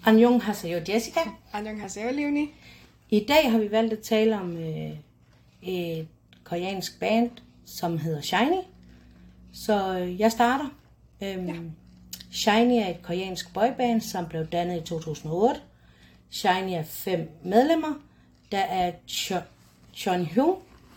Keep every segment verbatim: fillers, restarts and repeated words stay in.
Annyeonghaseyo Jessica. Annyeonghaseyo Leonie. I dag har vi valgt at tale om øh, et koreansk band, som hedder SHINee. Så øh, jeg starter. Øhm, ja. SHINee er et koreansk boyband, som blev dannet i to tusind og otte. SHINee er fem medlemmer. Der er Chonhyun,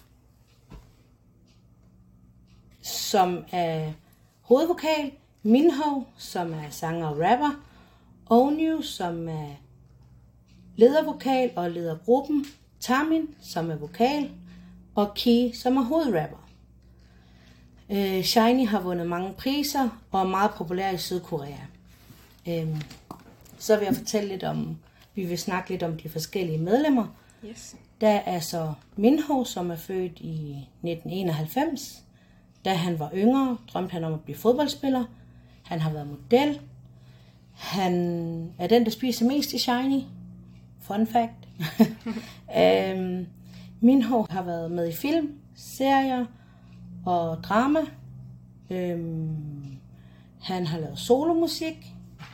som er hovedvokal, Minho, som er sanger og rapper, Onyu, som er ledervokal og leder gruppen, Taemin, som er vokal, og Ki, som er hovedrapper. Øh, SHINee har vundet mange priser og er meget populær i Sydkorea. Øh, så vil jeg fortælle lidt om, vi vil snakke lidt om de forskellige medlemmer. Yes. Der er så Minho, som er født i nitten enoghalvfems. Da han var yngre, drømte han om at blive fodboldspiller. Han har været model. Han er den, der spiser mest i SHINee. Fun fact. øhm, Minho har været med i film, serier og drama. Øhm, han har lavet solomusik.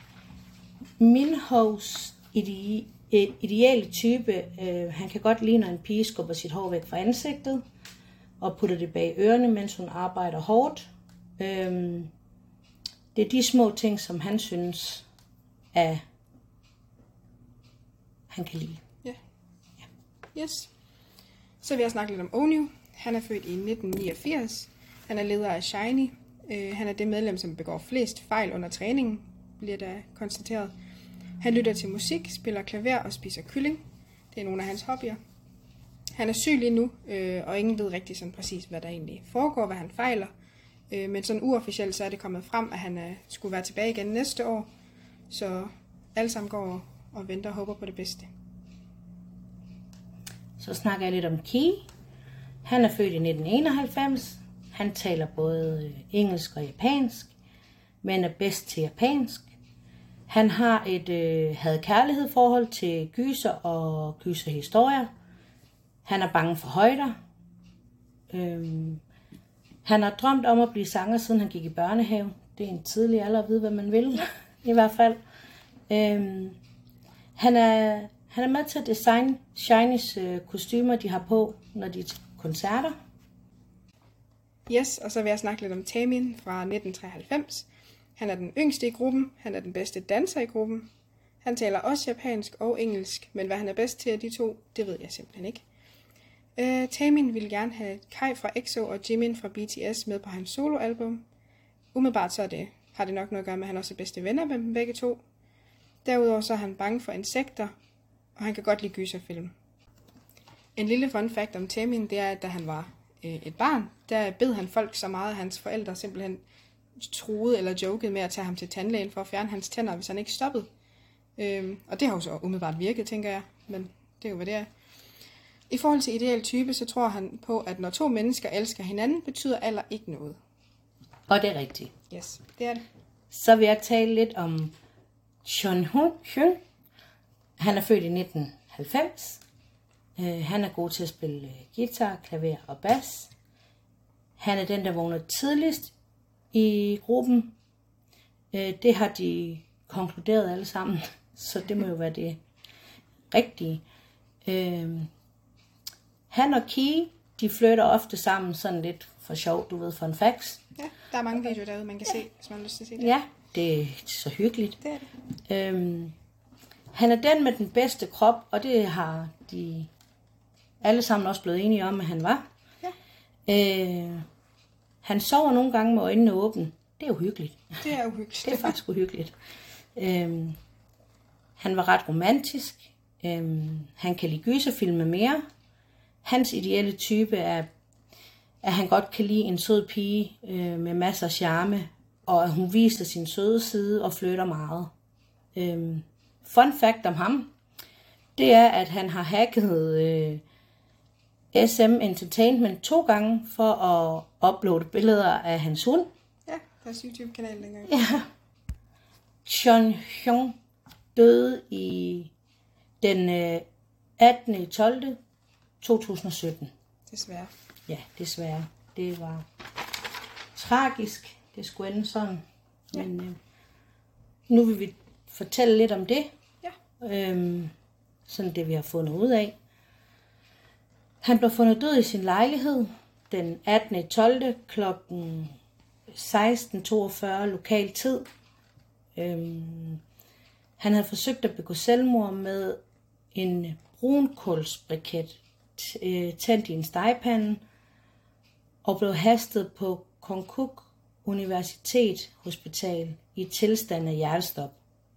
Minhos ide- ideale type, øh, han kan godt lide, når en pige skubber sit hår væk fra ansigtet og putter det bag ørerne, mens hun arbejder hårdt. Øhm, det er de små ting, som han synes, at han kan lide. Ja. Ja. Yes. Så vil jeg snakke lidt om Onyu. Han er født i nitten niogfirs. Han er leder af SHINee. Øh, han er det medlem, som begår flest fejl under træningen, bliver der konstateret. Han lytter til musik, spiller klaver og spiser kylling. Det er nogle af hans hobbyer. Han er syg lige nu, øh, og ingen ved rigtig sådan præcis, hvad der egentlig foregår, hvad han fejler. Øh, men sådan uofficielt så er det kommet frem, at han øh, skulle være tilbage igen næste år. Så alle sammen går og venter og håber på det bedste. Så snakker jeg lidt om Ki. Han er født i nitten enoghalvfems. Han taler både engelsk og japansk, men er bedst til japansk. Han har et øh, had-kærlighed forhold til gyser og gyserhistorier. Han er bange for højder. Øhm, han har drømt om at blive sanger, siden han gik i børnehave. Det er en tidlig alder at vide, hvad man vil, i hvert fald. Øhm, han, er, han er med til at designe SHINees øh, kostymer, de har på, når de er til koncerter. Yes, og så vil jeg snakke lidt om Taemin fra nitten treoghalvfems. Han er den yngste i gruppen, han er den bedste danser i gruppen. Han taler også japansk og engelsk, men hvad han er bedst til af de to, det ved jeg simpelthen ikke. Uh, Taemin ville gerne have Kai fra E X O og Jimin fra B T S med på hans soloalbum. Umiddelbart så er det, har det nok noget at gøre med, at han også er bedste venner med dem begge to. Derudover så er han bange for insekter, og han kan godt lide gyserfilm. En lille fun fact om Taemin, det er, at da han var øh, et barn, der bed han folk så meget, at hans forældre simpelthen truede eller jokede med at tage ham til tandlægen for at fjerne hans tænder, hvis han ikke stoppede. Øhm, og det har jo så umiddelbart virket, tænker jeg, men det er jo, hvad det er. I forhold til ideal type, så tror han på, at når to mennesker elsker hinanden, betyder alder ikke noget. Og det er rigtigt. Yes, det er det. Så vil jeg tale lidt om Chonhyun. Han er født i nitten halvfems. Uh, han er god til at spille guitar, klaver og bas. Han er den, der vågner tidligst i gruppen. Uh, det har de konkluderet alle sammen, så det må jo være det rigtige. Uh, han og Ki, de flytter ofte sammen sådan lidt for sjov, du ved, for en fax. Ja, der er mange videoer derude, man kan ja. se, hvis man har lyst til at se det. Ja, det er så hyggeligt. Det er det. Uh, han er den med den bedste krop, og det har de alle sammen også blevet enige om, at han var. Ja. Uh, han sover nogle gange med øjnene åbne. Det er jo hyggeligt. Det er uhyggeligt. Det er faktisk uhyggeligt. Øhm, han var ret romantisk. Øhm, han kan lide gyserfilm med mere. Hans ideelle type er, at han godt kan lide en sød pige øh, med masser af charme, og at hun viser sin søde side og flytter meget. Øhm, fun fact om ham, det er, at han har hacket øh, S M Entertainment to gange for at uploade billeder af hans hund. Ja, deres YouTube-kanal dengang. Ja. Chonhyun døde i den øh, attende tolvte to tusind og sytten. Desværre. Ja, desværre. Det var tragisk. Det skulle ende sådan. Ja. Men øh, nu vil vi fortælle lidt om det. Ja. Øhm, sådan det vi har fundet ud af. Han blev fundet død i sin lejlighed den attende tolvte klokken seksten toogfyrre lokal tid. Øhm, han havde forsøgt at begå selvmord med en brunkålsbriket øh, tændt i en stegepande og blev hastet på Konkuk Universitet Hospital i tilstand af hjertestop.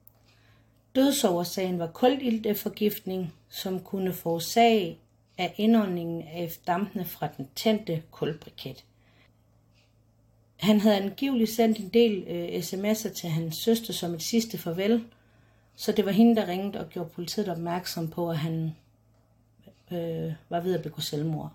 Dødsårsagen var kulilteforgiftning, som kunne forårsage af indåndingen af dampene fra den tændte kulbriket. Han havde angiveligt sendt en del øh, sms'er til hans søster som et sidste farvel, så det var hende, der ringede og gjorde politiet opmærksom på, at han øh, var ved at begå selvmord.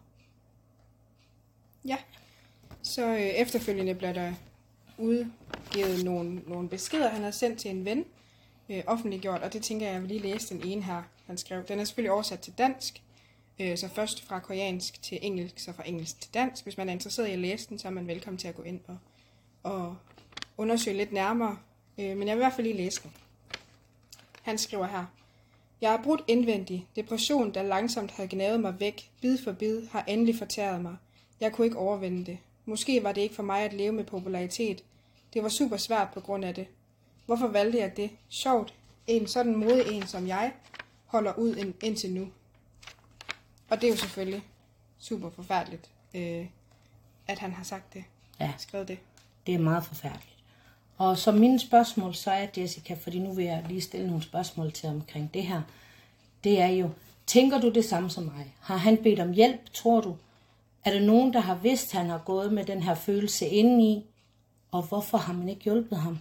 Ja, så øh, efterfølgende blev der udgivet nogle, nogle beskeder, han havde sendt til en ven, øh, offentliggjort, og det tænker jeg, jeg vil lige læse den ene her, han skrev. Den er selvfølgelig oversat til dansk, øh, så først fra koreansk til engelsk, så fra engelsk til dansk. Hvis man er interesseret i at læse den, så er man velkommen til at gå ind og, og undersøge lidt nærmere, øh, men jeg vil i hvert fald lige læse den. Han skriver her: Jeg er brudt indvendig. Depression, der langsomt havde gnavet mig væk, bid for bid, har endelig fortæret mig. Jeg kunne ikke overvinde det. Måske var det ikke for mig at leve med popularitet. Det var super svært på grund af det. Hvorfor valgte jeg det? Sjovt. En sådan modig en som jeg holder ud ind, indtil nu. Og det er jo selvfølgelig super forfærdeligt, øh, at han har sagt det. Ja, skrevet det. Det er meget forfærdeligt. Og som mine spørgsmål så er, Jessica, fordi nu vil jeg lige stille nogle spørgsmål til omkring det her. Det er jo, tænker du det samme som mig? Har han bedt om hjælp, tror du? Er der nogen, der har vidst, at han har gået med den her følelse indeni? Og hvorfor har man ikke hjulpet ham?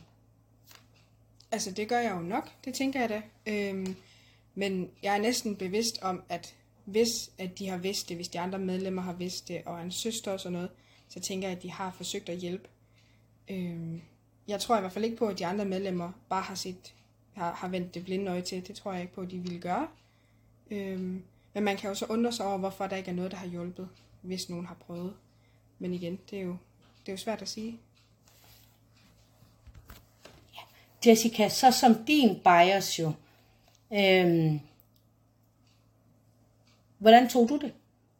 Altså, det gør jeg jo nok. Det tænker jeg da. Øhm, men jeg er næsten bevidst om, at hvis at de har vidst det, hvis de andre medlemmer har vidst det, og en søster og sådan noget, så tænker jeg, at de har forsøgt at hjælpe. Øhm, jeg tror i hvert fald ikke på, at de andre medlemmer bare har set, har, har vendt det blinde øje til. Det tror jeg ikke på, at de ville gøre. Øhm, men man kan jo så undre sig over, hvorfor der ikke er noget, der har hjulpet, hvis nogen har prøvet. Men igen, det er jo, det er jo svært at sige. Jessica, så som din bias jo, øhm, hvordan tog du det?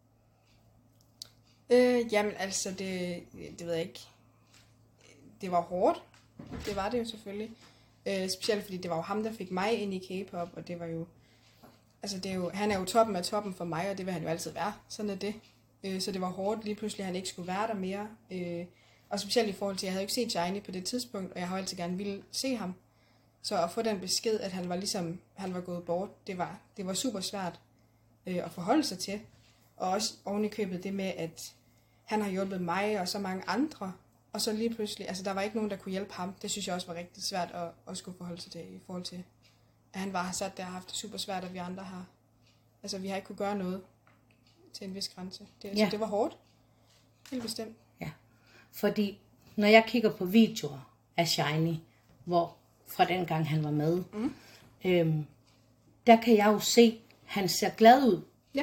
Øh, jamen altså, det, det ved jeg ikke. Det var hårdt. Det var det jo selvfølgelig. Øh, specielt fordi det var jo ham, der fik mig ind i K-pop, og det var jo, altså det er jo, han er jo toppen af toppen for mig, og det vil han jo altid være. Sådan er det. Øh, så det var hårdt lige pludselig, at han ikke skulle være der mere. Øh, og specielt i forhold til, at jeg havde jo ikke set Shiny på det tidspunkt, og jeg har altid gerne ville se ham. Så at få den besked, at han var ligesom, han var gået bort, det var, det var super svært øh, at forholde sig til. Og også oven i købet det med, at han har hjulpet mig og så mange andre, og så lige pludselig, altså der var ikke nogen, der kunne hjælpe ham. Det synes jeg også var rigtig svært at, at skulle forholde sig til, i forhold til, at han bare har sat der og haft det super svært, og vi andre har, altså vi har ikke kunne gøre noget til en vis grænse. Det, altså, Ja. det var hårdt. Helt bestemt. Ja, fordi når jeg kigger på videoer af Shiny, hvor fra den gang han var med, mm. øhm, der kan jeg jo se, at han ser glad ud. Ja.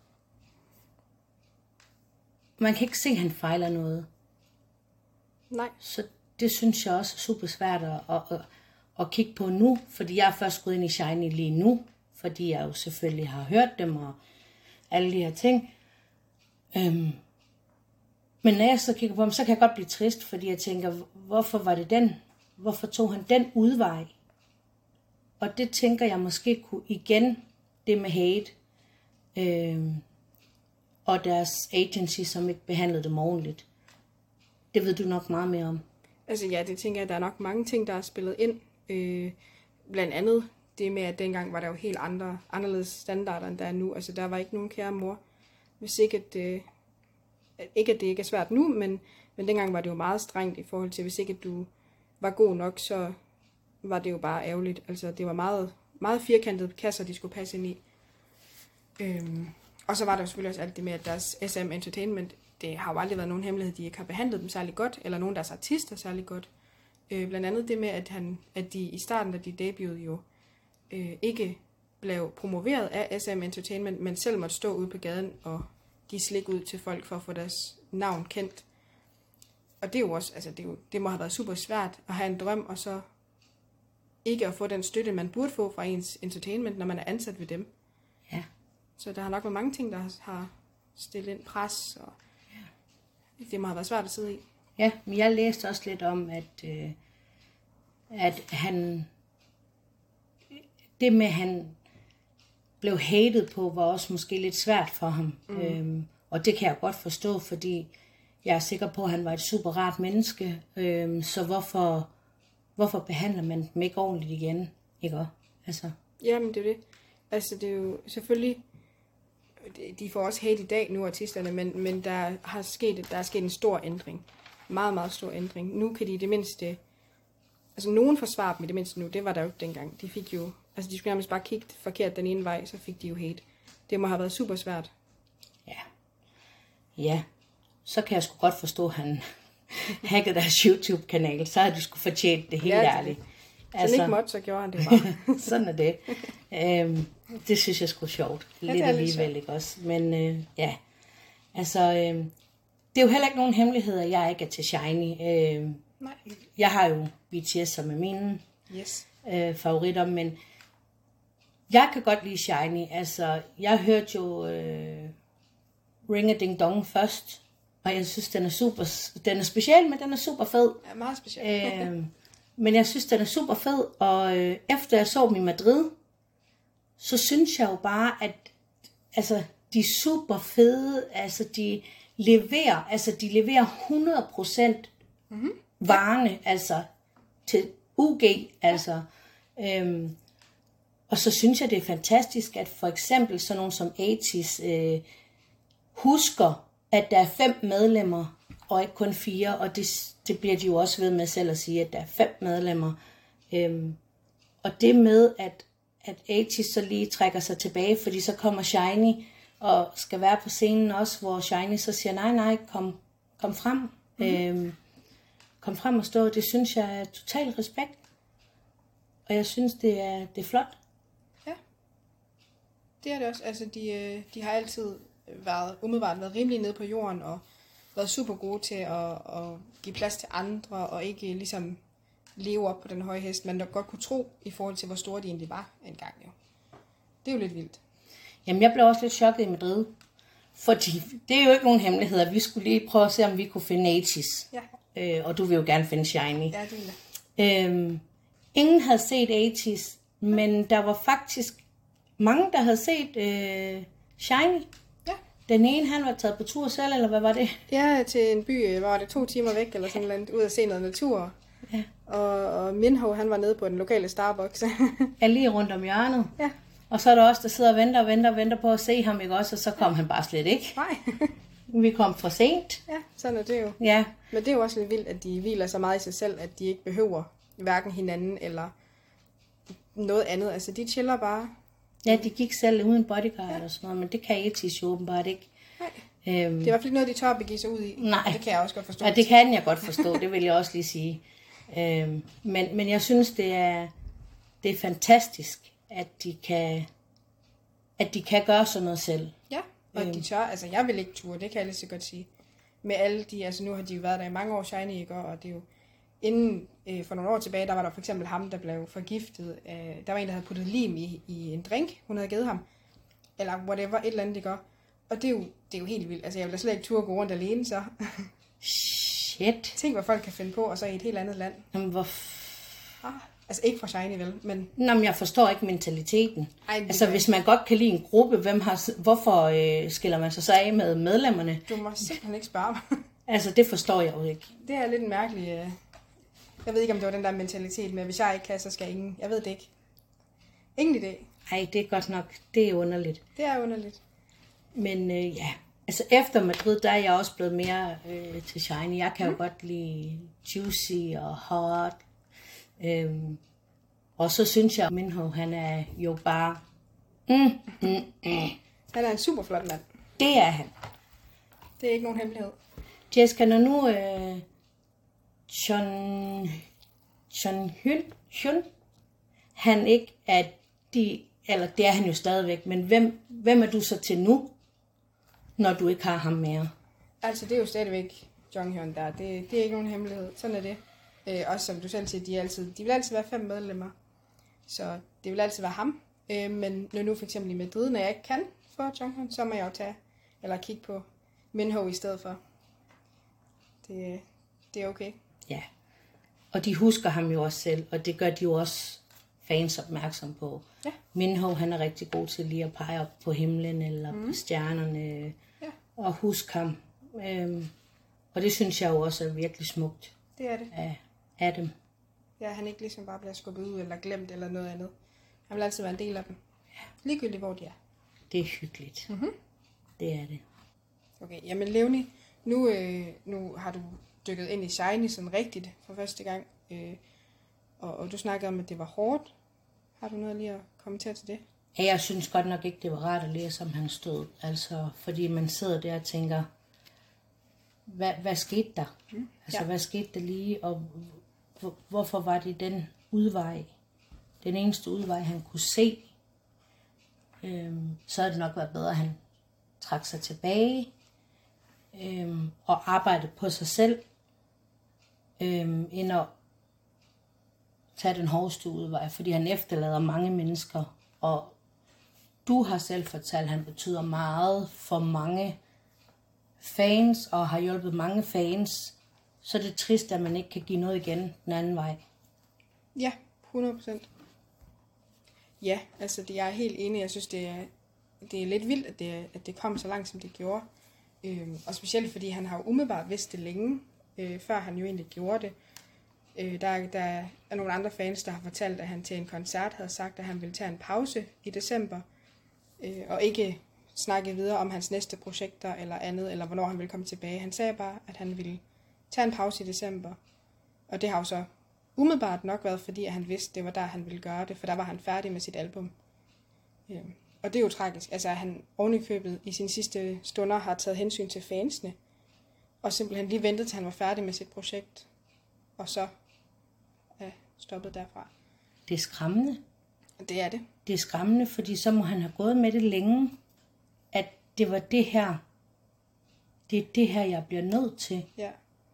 Man kan ikke se, at han fejler noget. Nej. Så det synes jeg også er super svært at, at, at, at kigge på nu, fordi jeg er først gået ind i Shiny lige nu, fordi jeg jo selvfølgelig har hørt dem og alle de her ting. Øhm, men når jeg så kigger på ham, så kan jeg godt blive trist, fordi jeg tænker, hvorfor var det den? Hvorfor tog han den udvej? Og det tænker jeg måske kunne igen, det med hate, øhm, og deres agency, som ikke behandlede dem ordentligt. Det ved du nok meget mere om. Altså ja, det tænker jeg, der er nok mange ting, der er spillet ind. Øh, blandt andet det med, at dengang var der jo helt andre, anderledes standarder, end der er nu. Altså der var ikke nogen kære mor. Hvis ikke at, øh, ikke at det ikke er svært nu, men, men dengang var det jo meget strengt i forhold til, hvis ikke at du var god nok, så var det jo bare ærgerligt. Altså det var meget, meget firkantede kasser, de skulle passe ind i. Øhm, og så var der jo selvfølgelig også alt det med, at deres S M Entertainment, det har jo aldrig været nogen hemmelighed, de ikke har behandlet dem særlig godt, eller nogen af deres artister særlig godt. Øh, blandt andet det med, at, han, at de i starten, da de debuterede jo, øh, ikke blev promoveret af S M Entertainment, men selv måtte stå ude på gaden og give slik ud til folk for at få deres navn kendt. Og det er jo også, altså det, er jo, det må have været super svært at have en drøm, og så ikke at få den støtte, man burde få fra ens entertainment, når man er ansat ved dem. Ja. Så der har nok været mange ting, der har stillet ind pres, og ja. Det må have været svært at sidde i. Ja, men jeg læste også lidt om, at, øh, at han, det med, at han blev hated på, var også måske lidt svært for ham. Mm. Øhm, og det kan jeg godt forstå, fordi jeg er sikker på, at han var et super rart menneske. Øhm, så hvorfor, hvorfor behandler man dem ikke ordentligt igen? Ikke også? Altså. Jamen, det er det. Altså, det er jo selvfølgelig, de får også hate i dag nu, artisterne, men, men der, har sket, der er sket en stor ændring. Meget, meget stor ændring. Nu kan de i det mindste, altså nogen forsvarer dem i det mindste nu, det var der jo ikke dengang. De fik jo, altså de skulle nærmest bare kigge forkert den ene vej, så fik de jo hate. Det må have været super svært. Ja. Ja. Så kan jeg sgu godt forstå, at han hackede deres YouTube-kanal, så havde de sgu fortjent det helt Ja, ærligt. Så altså, ikke måtte, så gjorde han det bare. Sådan er det. Øhm, det synes jeg sgu sjovt. Ja, lidt alligevel, ikke også? Men øh, ja, altså, øh, det er jo heller ikke nogen hemmelighed, at jeg ikke er til Shiny. Øh, Nej. Jeg har jo B T S som er mine Yes. øh, favoritter, men jeg kan godt lide Shiny. Altså, jeg hørte jo øh, Ring a Ding Dong først, og jeg synes, den er super, den er speciel, men den er super fed. Ja, meget specielt. øh, men jeg synes, den er super fed, og øh, efter jeg så dem i Madrid, så synes jeg jo bare, at altså, de er super fede, altså de leverer, altså de leverer hundrede procent mm-hmm. varerne, altså til U G, altså. Øhm, og så synes jeg, det er fantastisk, at for eksempel sådan nogen som Atis øh, husker, at der er fem medlemmer, og ikke kun fire, og det, det bliver de jo også ved med selv at sige, at der er fem medlemmer. Øhm, og det med, at, at Atis så lige trækker sig tilbage, fordi så kommer Shiny og skal være på scenen også, hvor Shiny så siger, nej, nej, kom, kom frem. Mm. Øhm, kom frem og stå, det synes jeg er total respekt. Og jeg synes, det er, det er flot. Ja, det er det også. Altså, de, de har altid været, umiddelbart været rimelig nede på jorden, og været super gode til at, at give plads til andre, og ikke ligesom leve op på den høje hest, man da godt kunne tro, i forhold til, hvor store de egentlig var engang. Jo. Det er jo lidt vildt. Jamen, jeg blev også lidt chokket i Madrid. Fordi det er jo ikke nogen hemmelighed, at vi skulle lige prøve at se, om vi kunne finde Atis. Ja. Øh, og du vil jo gerne finde Shiny. Ja, det vil jeg. Øhm, ingen havde set Atis, men der var faktisk mange, der havde set øh, Shiny. Ja. Den ene, han var taget på tur selv, eller hvad var det? Ja, til en by, hvor var det to timer væk, eller sådan noget, ud at se noget natur. Ja. Og, og Minho, han var nede på den lokale Starbucks. Ja, lige rundt om hjørnet. Ja. Og så er der også, der sidder og venter og venter og venter på at se ham, ikke også? Og så kom han bare slet ikke. Nej. Vi kom for sent. Ja, sådan er det jo. Ja. Men det er jo også lidt vildt, at de hviler så meget i sig selv, at de ikke behøver hverken hinanden eller noget andet. Altså, de chiller bare. Ja, de gik selv uden bodyguard ja. Og sådan noget, men det kan Atis jo åbenbart ikke. Nej. Øhm, det er i hvert fald ikke noget, de tør at begive sig ud i. Nej. Det kan jeg også godt forstå. Ja, det kan jeg godt forstå, det vil jeg også lige sige. Øhm, men, men jeg synes, det er, det er fantastisk, at de kan, at de kan gøre sådan noget selv. Ja, og øhm. de tør. Altså, jeg vil ikke ture, det kan jeg lige så godt sige. Med alle de, altså nu har de jo været der i mange år, Shiny, ikke? Og det er jo, inden øh, for nogle år tilbage, der var der for eksempel ham, der blev forgiftet. Øh, der var en, der havde puttet lim i, i en drink, hun havde givet ham. Eller whatever, et eller andet, det gør. Og det er jo, det er jo helt vildt. Altså, jeg vil da slet ikke turde gå rundt alene, så. Shit. Tænk, hvad folk kan finde på, og så i et helt andet land. Jamen, hvor... F- ah, altså, ikke fra Shiny, vel? Men... Nå, men jeg forstår ikke mentaliteten. Ej, altså, hvis man godt kan lide en gruppe, hvem har, hvorfor øh, skiller man sig så af med medlemmerne? Du må simpelthen ikke spørge mig. Altså, det forstår jeg jo ikke. Det er lidt en mærkelig... Øh... Jeg ved ikke, om det var den der mentalitet med, hvis jeg ikke kan, så skal ingen... Jeg ved det ikke. Ingen idé. Nej, det er godt nok. Det er underligt. Det er underligt. Men øh, ja, altså efter Madrid, der er jeg også blevet mere øh, til Shiny. Jeg kan mm. jo godt lide Juicy og Hot. Øhm, og så synes jeg, at Minho, han er jo bare... Mm, mm, mm. Han er en super flot mand. Det er han. Det er ikke nogen hemmelighed. Jessica, når nu øh, John, John Hyun, Hyun, han ikke er de... Eller det er han jo stadigvæk, men hvem, hvem er du så til nu, når du ikke har ham mere? Altså, det er jo stadigvæk Jonghyun der. Det, det er ikke nogen hemmelighed. Sådan er det. Øh, også som du selv siger, de, er altid, de vil altid være fem medlemmer. Så det vil altid være ham. Øh, men når nu for eksempel i Madrid, når jeg ikke kan få Jonghyun, så må jeg jo tage, eller kigge på Minho i stedet for. Det, det er okay. Ja, og de husker ham jo også selv, og det gør de jo også fans opmærksom på. Ja. Minho, han er rigtig god til lige at pege op på himlen eller mm. på stjernerne, ja. og huske ham. Øhm, og det synes jeg jo også er virkelig smukt. Det er det. Af, af dem. Ja, han ikke ligesom bare bliver skubbet ud eller glemt eller noget andet. Han vil altid være en del af dem. Ja. Ligegyldigt hvor de er. Det er hyggeligt. Mm-hmm. Det er det. Okay, jamen Leonie, nu, øh, nu har du dykket ind i Shiny sådan rigtigt for første gang. Øh, og, og du snakkede om, at det var hårdt. Har du noget lige at kommentere til det? Ja, jeg synes godt nok ikke, det var rart at læse om hans død. Altså, fordi man sidder der og tænker, hvad, hvad skete der? Mm, altså, ja. Hvad skete der lige, og hvor, hvorfor var det den udvej? Den eneste udvej, han kunne se. Øhm, så havde det nok været bedre, at han trak sig tilbage øhm, og arbejdede på sig selv, øhm, end at tage den hårdeste udvej, fordi han efterlader mange mennesker, og du har selv fortalt, at han betyder meget for mange fans, og har hjulpet mange fans, så det er trist, at man ikke kan give noget igen den anden vej. Ja, hundrede procent. Ja, altså det, jeg er helt enig. Jeg synes, det er, det er lidt vildt, at det, at det kom så langt, som det gjorde. Øhm, og specielt fordi han har jo umiddelbart vidst det længe, øh, før han jo egentlig gjorde det. Øh, der, der er nogle andre fans, der har fortalt, at han til en koncert havde sagt, at han ville tage en pause i december, øh, og ikke snakke videre om hans næste projekter eller andet, eller hvornår han ville komme tilbage. Han sagde bare, at han ville tage en pause i december. Og det har jo så umiddelbart nok været, fordi at han vidste, det var der, han ville gøre det, for der var han færdig med sit album. Øh, og det er jo tragisk. Altså, at han ovenikøbet i sine sidste stunder har taget hensyn til fansene, og simpelthen lige ventet, til han var færdig med sit projekt, og så er stoppet derfra. Det er skræmmende. Det er det. Det er skræmmende, fordi så må han have gået med det længe, at det var det her, det er det her, jeg bliver nødt til ja.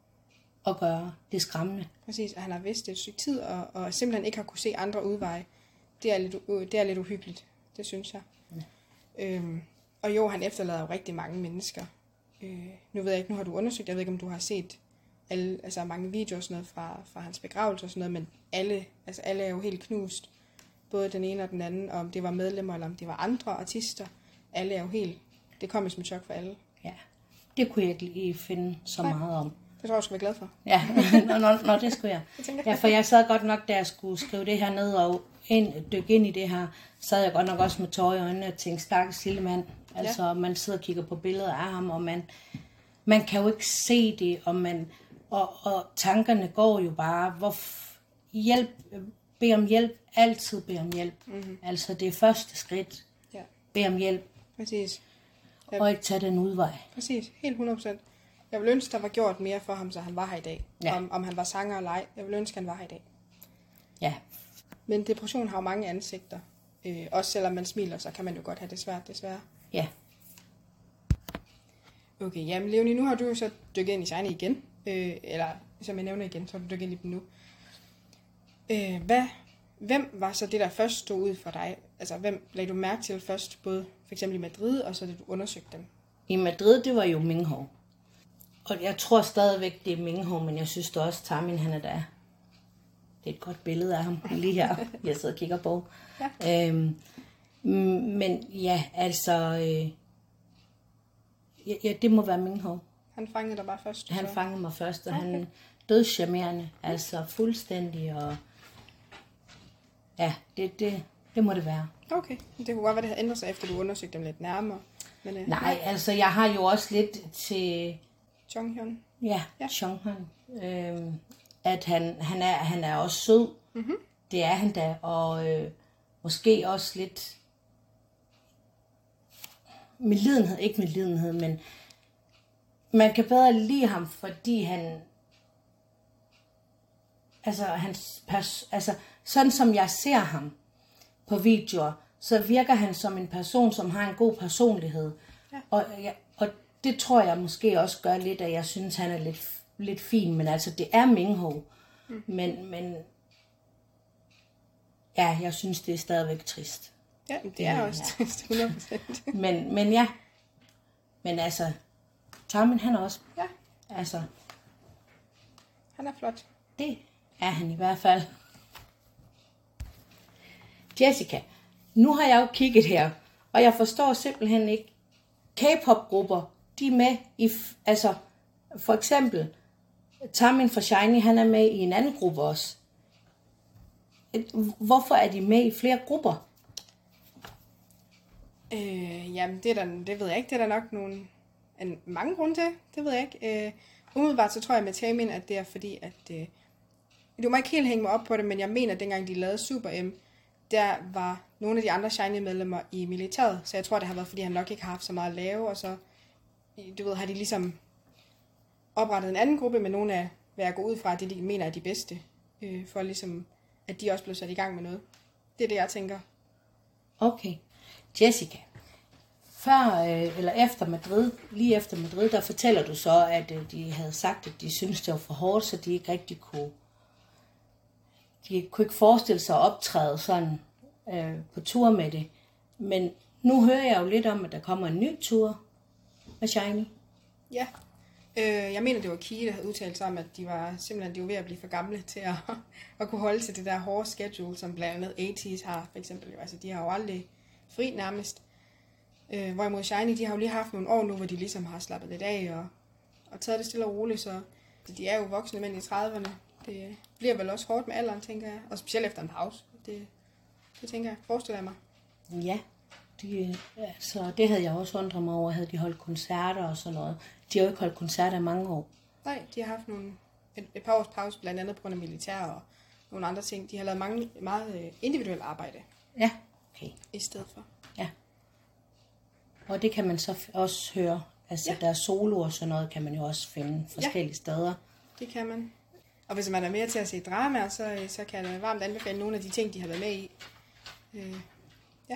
at gøre. Det er skræmmende. Præcis, at han har vidst det et stykke tid, og, og simpelthen ikke har kunne se andre udveje. Det er lidt, det er lidt uhyggeligt, det synes jeg. Ja. Øhm, og jo, han efterlader jo rigtig mange mennesker. Øh, nu ved jeg ikke, nu har du undersøgt, jeg ved ikke, om du har set alle, altså mange videoer og sådan noget fra, fra hans begravelse og sådan noget, men alle, altså alle er jo helt knust. Både den ene og den anden, og om det var medlemmer, eller om det var andre artister. Alle er jo helt, det kom som et chok for alle. Ja, det kunne jeg ikke lige finde så Nej. meget om. Det tror jeg, du skal være glad for. Ja, nå, nå, nå, det skulle jeg. Ja, for jeg sad godt nok, da jeg skulle skrive det her ned og ind, dykke ind i det her, sad jeg godt nok også med tårer i øjnene og tænkte, stakkels lille mand. Altså, ja. Man sidder og kigger på billeder af ham, og man, man kan jo ikke se det, og, man, og, og tankerne går jo bare, hvor hjælp, bed om hjælp, altid bed om hjælp. Mm-hmm. Altså, det er første skridt. Ja. Bed om hjælp. Præcis. Ja. Og ikke tage den udvej. Præcis, helt hundrede procent. Jeg vil ønske, der var gjort mere for ham, så han var her i dag. Ja. Om, om han var sanger eller ej. Jeg vil ønske, han var her i dag. Ja. Men depression har jo mange ansigter. Øh, også selvom man smiler, så kan man jo godt have det svært, desværre. Ja. Okay, jamen Leonie, nu har du jo så dykket ind i Shiny igen. Øh, eller, som jeg nævner igen, så har du dykket ind i dem nu. Øh, hvad, hvem var så det, der først stod ud for dig? Altså, hvem lagde du mærke til først, både for eksempel i Madrid, og så da du undersøgte dem? I Madrid, det var jo Minho. Og jeg tror stadigvæk, det er Minho, men jeg synes da også, Taemin, han er der. Det er et godt billede af ham lige her, jeg sidder og kigger på. Ja. Øhm, men ja, altså, øh, ja, ja, det må være Minho. Han fangede dig bare først? Han så. fangede mig først, og okay. Han dødscharmerende, altså fuldstændig, og ja, det, det, det må det være. Okay, det kunne godt være, det havde ændret sig, efter du undersøgte dem lidt nærmere. Men, øh, Nej, ja. altså jeg har jo også lidt til Jonghyun. Ja, ja. Jonghyun. Øhm, at han, han, er, han er også sød. Mm-hmm. Det er han da. Og øh, måske også lidt medlidenhed. Ikke medlidenhed, men man kan bedre lide ham, fordi han altså, hans pers- altså sådan som jeg ser ham på videoer, så virker han som en person, som har en god personlighed. Ja. Og, ja, og det tror jeg måske også gør lidt, at jeg synes, han er lidt, lidt fin. Men altså, det er Minho. Mm. Men, men Ja, jeg synes, det er stadigvæk trist. Ja, det er også Ja. trist, hundrede procent. Men, men ja. Men altså, Tommen han er også, Ja, altså, han er flot. det er han i hvert fald. Jessica, nu har jeg jo kigget her, og jeg forstår simpelthen ikke, K-pop-grupper, de er med i, f- altså, for eksempel, Taemin fra Shiny, han er med i en anden gruppe også. Hvorfor er de med i flere grupper? Øh, jamen, det, er der, det ved jeg ikke. Det er der nok nogle, en, mange grunde til. Det ved jeg ikke. Øh, umiddelbart så tror jeg med Taemin, at det er fordi, at... Øh, du må ikke helt hænge mig op på det, men jeg mener, at dengang de lavede Super M, der var nogle af de andre Shiny-medlemmer i militæret. Så jeg tror, det har været, fordi han nok ikke har haft så meget at lave. Og så, du ved, har de ligesom oprettet en anden gruppe med nogle af, hvad jeg går ud fra, det de mener er de bedste. Øh, for ligesom, at de også blev sat i gang med noget. Det er det, jeg tænker. Okay. Jessica, før øh, eller efter Madrid, lige efter Madrid, der fortæller du så, at øh, de havde sagt, at de syntes, det var for hårdt, så de ikke rigtig kunne, de kunne ikke forestille sig at optræde sådan øh, på tur med det. Men nu hører jeg jo lidt om, at der kommer en ny tur med Shiny. Ja, øh, jeg mener, det var Kie, der havde udtalt sig om, at de var simpelthen de var ved at blive for gamle til at, at kunne holde til det der hårde schedule, som blandt andet eighties har, for eksempel. Altså, de har jo aldrig fri nærmest. Øh, hvorimod Shiny, de har jo lige haft nogle år nu, hvor de ligesom har slappet lidt af og, og taget det stille og roligt, så de er jo voksne mænd i trediverne. Det bliver vel også hårdt med alderen, tænker jeg. Og specielt efter en pause. Det, det tænker jeg, forestiller jeg mig. Ja, de, altså, det havde jeg også undret mig over, havde de holdt koncerter og sådan noget. De har jo ikke holdt koncerter i mange år. Nej, de har haft nogle, et, et par års pause, blandt andet på grund af militær og nogle andre ting. De har lavet mange, meget individuelt arbejde. Ja, okay. I stedet for. Ja. Og det kan man så også høre. Altså, ja. Der er solo og sådan noget, kan man jo også finde forskellige ja. steder. Det kan man. Og hvis man er mere til at se drama, så, så kan jeg varmt anbefale nogle af de ting, de har været med i. Øh, ja.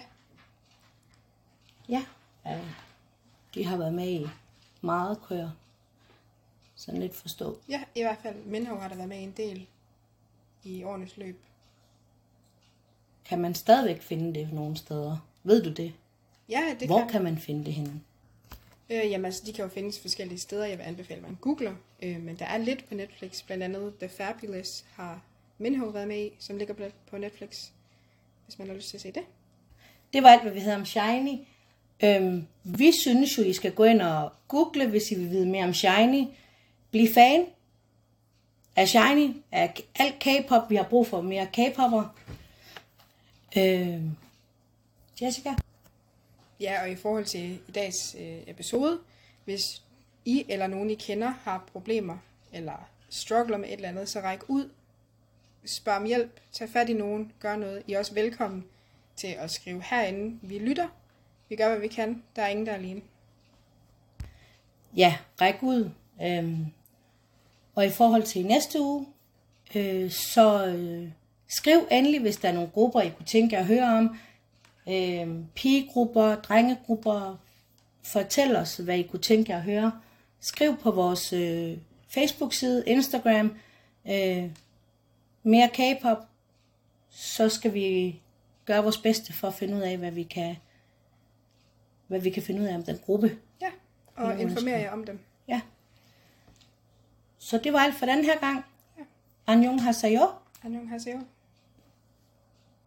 Ja, ja. De har været med i meget kører. Sådan lidt forstå. Ja, i hvert fald. Minho har der været med i en del i årenes løb. Kan man stadigvæk finde det nogle steder? Ved du det? Ja, det Hvor kan. kan man finde det henne? Øh, jamen altså, de kan jo findes forskellige steder. Jeg vil anbefale, at man googler. Øh, men der er lidt på Netflix. Blandt andet The Fabulous har Minho været med i, som ligger på Netflix. Hvis man har lyst til at se det. Det var alt, hvad vi havde om Shiny. Øhm, vi synes jo, I skal gå ind og google, hvis I vil vide mere om Shiny. Bliv fan af Shiny, af alt K-pop. Vi har brug for mere K-popper. Øhm, Jessica? Ja, og i forhold til i dags øh, episode, hvis I eller nogen I kender har problemer, eller struggler med et eller andet, så ræk ud, spørg om hjælp, tag fat i nogen, gør noget. I er også velkommen til at skrive herinde. Vi lytter, vi gør, hvad vi kan. Der er ingen, der er alene. Ja, ræk ud. Øhm, og i forhold til næste uge, øh, så øh, skriv endelig, hvis der er nogle grupper, I kunne tænke jer at høre om. Øh, pigegrupper, drengegrupper. Fortæl os, hvad I kunne tænke jer at høre. Skriv på vores øh, Facebook-side, Instagram. Øh, mere K-pop. Så skal vi gøre vores bedste for at finde ud af, hvad vi kan, hvad vi kan finde ud af om den gruppe. Ja, og informere jer om dem. Ja. Så det var alt for den her gang. Ja. Annyeong haseyo. Annyeong haseyo.